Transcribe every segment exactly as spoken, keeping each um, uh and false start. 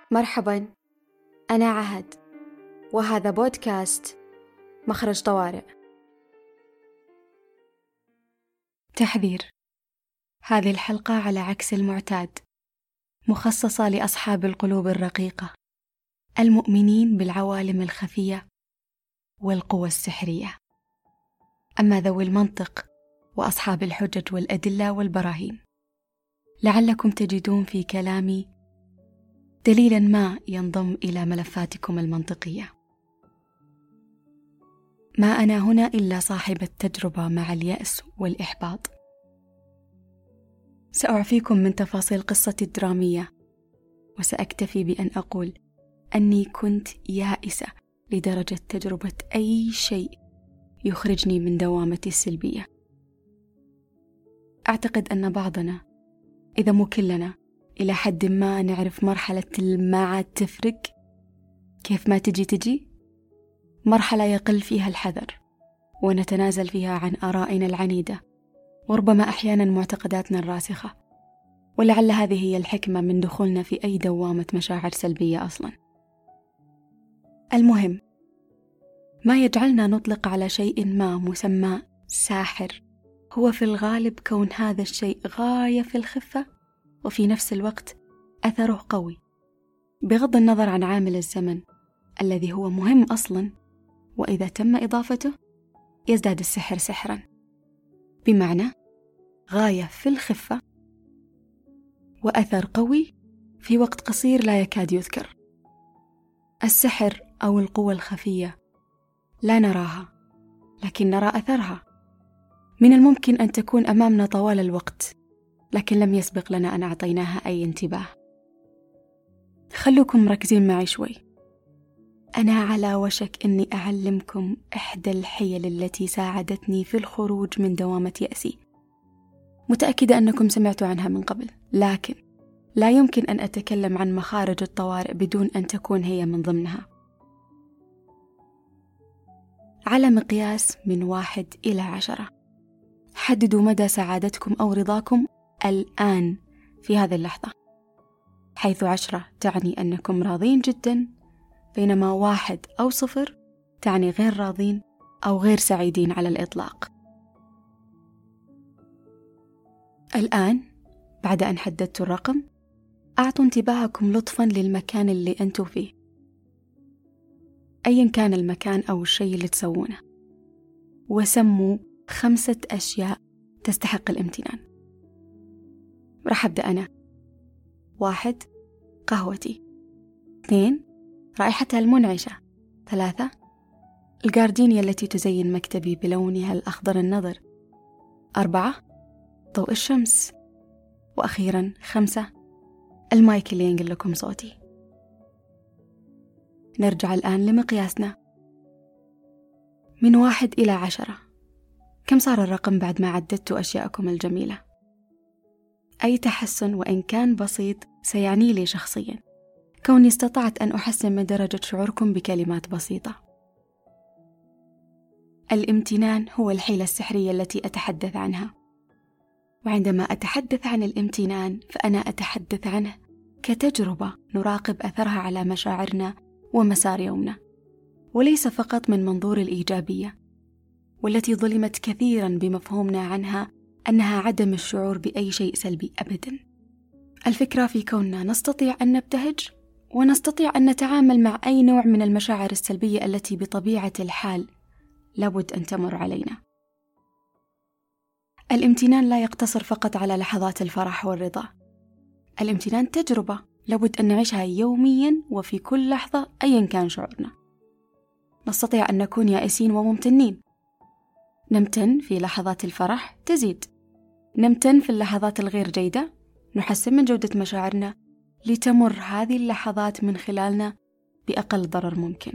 مرحباً، أنا عهد، وهذا بودكاست مخرج طوارئ. تحذير: هذه الحلقة على عكس المعتاد، مخصصة لأصحاب القلوب الرقيقة، المؤمنين بالعوالم الخفية والقوى السحرية. أما ذوي المنطق وأصحاب الحجج والأدلة والبراهين، لعلكم تجدون في كلامي دليلاً ما ينضم إلى ملفاتكم المنطقية. ما أنا هنا إلا صاحبة تجربة مع اليأس والإحباط. سأعفيكم من تفاصيل قصتي الدرامية، وسأكتفي بأن أقول أني كنت يائسة لدرجة تجربة أي شيء يخرجني من دوامتي السلبية. أعتقد أن بعضنا، إذا مو كلنا، إلى حد ما نعرف مرحلة ما عاد تفرق، كيف ما تجي تجي، مرحلة يقل فيها الحذر ونتنازل فيها عن آرائنا العنيدة وربما أحيانا معتقداتنا الراسخة. ولعل هذه هي الحكمة من دخولنا في أي دوامة مشاعر سلبية أصلا. المهم، ما يجعلنا نطلق على شيء ما مسمى ساحر هو في الغالب كون هذا الشيء غاية في الخفة، وفي نفس الوقت أثره قوي، بغض النظر عن عامل الزمن الذي هو مهم أصلا، وإذا تم إضافته يزداد السحر سحرا. بمعنى غاية في الخفة وأثر قوي في وقت قصير لا يكاد يذكر. السحر أو القوة الخفية لا نراها، لكن نرى أثرها. من الممكن أن تكون أمامنا طوال الوقت، لكن لم يسبق لنا أن أعطيناها أي انتباه. خلوكم مركزين معي شوي. أنا على وشك أني أعلمكم إحدى الحيل التي ساعدتني في الخروج من دوامة يأسي. متأكدة أنكم سمعتوا عنها من قبل، لكن لا يمكن أن أتكلم عن مخارج الطوارئ بدون أن تكون هي من ضمنها. على مقياس من واحد إلى عشرة، حددوا مدى سعادتكم أو رضاكم الآن في هذه اللحظة، حيث عشرة تعني أنكم راضين جدا، بينما واحد أو صفر تعني غير راضين أو غير سعيدين على الإطلاق. الآن بعد أن حددتوا الرقم، أعطوا انتباهكم لطفا للمكان اللي أنتوا فيه، أيا كان المكان أو الشيء اللي تسوونه، وسموا خمسة أشياء تستحق الامتنان. راح أبدأ أنا. واحد، قهوتي. اثنين، رائحتها المنعشة. ثلاثة، الجاردينيا التي تزين مكتبي بلونها الأخضر النضر. أربعة، ضوء الشمس. وأخيرا خمسة، المايك اللي ينقل لكم صوتي. نرجع الآن لمقياسنا. من واحد إلى عشرة، كم صار الرقم بعد ما عددتوا أشياءكم الجميلة؟ أي تحسن وإن كان بسيط سيعني لي شخصيا، كوني استطعت أن أحسن من درجة شعوركم بكلمات بسيطة. الامتنان هو الحيلة السحرية التي أتحدث عنها، وعندما أتحدث عن الامتنان فأنا أتحدث عنه كتجربة نراقب أثرها على مشاعرنا ومسار يومنا، وليس فقط من منظور الإيجابية، والتي ظلمت كثيرا بمفهومنا عنها أنها عدم الشعور بأي شيء سلبي أبدا. الفكرة في كوننا نستطيع أن نبتهج، ونستطيع أن نتعامل مع أي نوع من المشاعر السلبية التي بطبيعة الحال لابد أن تمر علينا. الامتنان لا يقتصر فقط على لحظات الفرح والرضا. الامتنان تجربة لابد أن نعيشها يوميا وفي كل لحظة أيا كان شعورنا. نستطيع أن نكون يائسين وممتنين. نمتن في لحظات الفرح تزيد، نمتن في اللحظات الغير جيدة، نحسن من جودة مشاعرنا لتمر هذه اللحظات من خلالنا بأقل ضرر ممكن.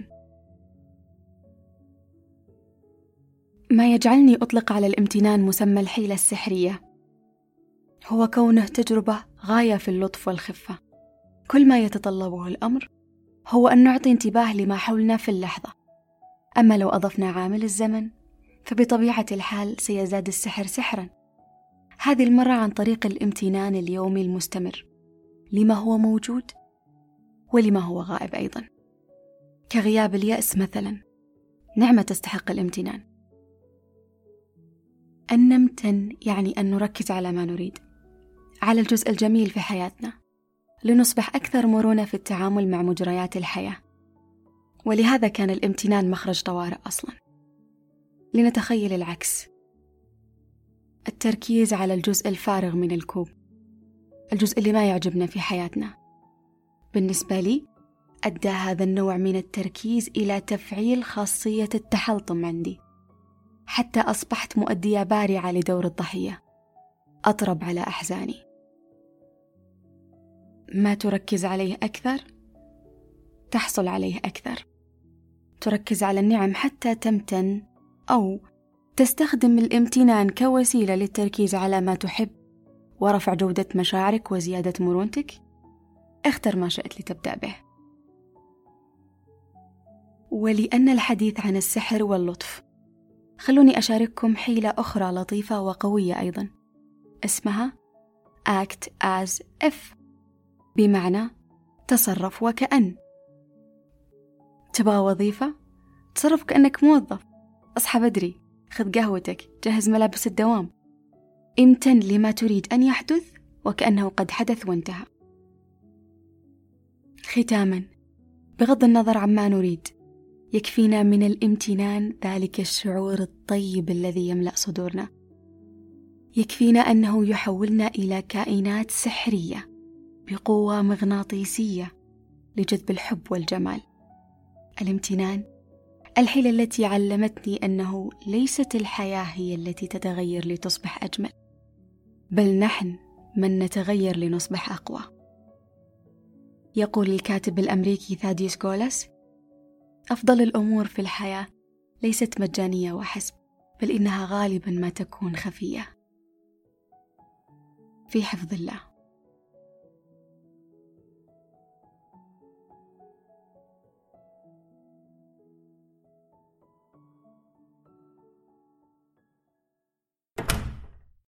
ما يجعلني أطلق على الامتنان مسمى الحيلة السحرية هو كونه تجربة غاية في اللطف والخفة. كل ما يتطلبه الأمر هو أن نعطي انتباه لما حولنا في اللحظة. أما لو أضفنا عامل الزمن فبطبيعة الحال سيزداد السحر سحرا، هذه المرة عن طريق الامتنان اليومي المستمر لما هو موجود ولما هو غائب أيضا، كغياب اليأس مثلا، نعمة تستحق الامتنان. أن نمتن يعني أن نركز على ما نريد، على الجزء الجميل في حياتنا، لنصبح أكثر مرونة في التعامل مع مجريات الحياة. ولهذا كان الامتنان مخرج طوارئ أصلا. لنتخيل العكس، التركيز على الجزء الفارغ من الكوب، الجزء اللي ما يعجبنا في حياتنا. بالنسبة لي أدى هذا النوع من التركيز إلى تفعيل خاصية التحلطم عندي، حتى أصبحت مؤدية بارعة لدور الضحية، أطرب على أحزاني. ما تركز عليه أكثر تحصل عليه أكثر. تركز على النعم حتى تمتن، أو تستخدم الامتنان كوسيلة للتركيز على ما تحب ورفع جودة مشاعرك وزيادة مرونتك. اختر ما شئت لتبدأ به. ولأن الحديث عن السحر واللطف، خلوني أشارككم حيلة أخرى لطيفة وقوية أيضا، اسمها act as if، بمعنى تصرف وكأن. تبغى وظيفة؟ تصرف كأنك موظف، أصحى بدري، خذ قهوتك، جهز ملابس الدوام، امتن لما تريد أن يحدث وكأنه قد حدث وانتهى. ختاما، بغض النظر عما نريد، يكفينا من الامتنان ذلك الشعور الطيب الذي يملأ صدورنا. يكفينا أنه يحولنا إلى كائنات سحرية بقوة مغناطيسية لجذب الحب والجمال. الامتنان، الحيلة التي علمتني أنه ليست الحياة هي التي تتغير لتصبح أجمل، بل نحن من نتغير لنصبح أقوى. يقول الكاتب الأمريكي ثاديوس كولاس: أفضل الأمور في الحياة ليست مجانية وحسب، بل إنها غالبا ما تكون خفية. في حفظ الله.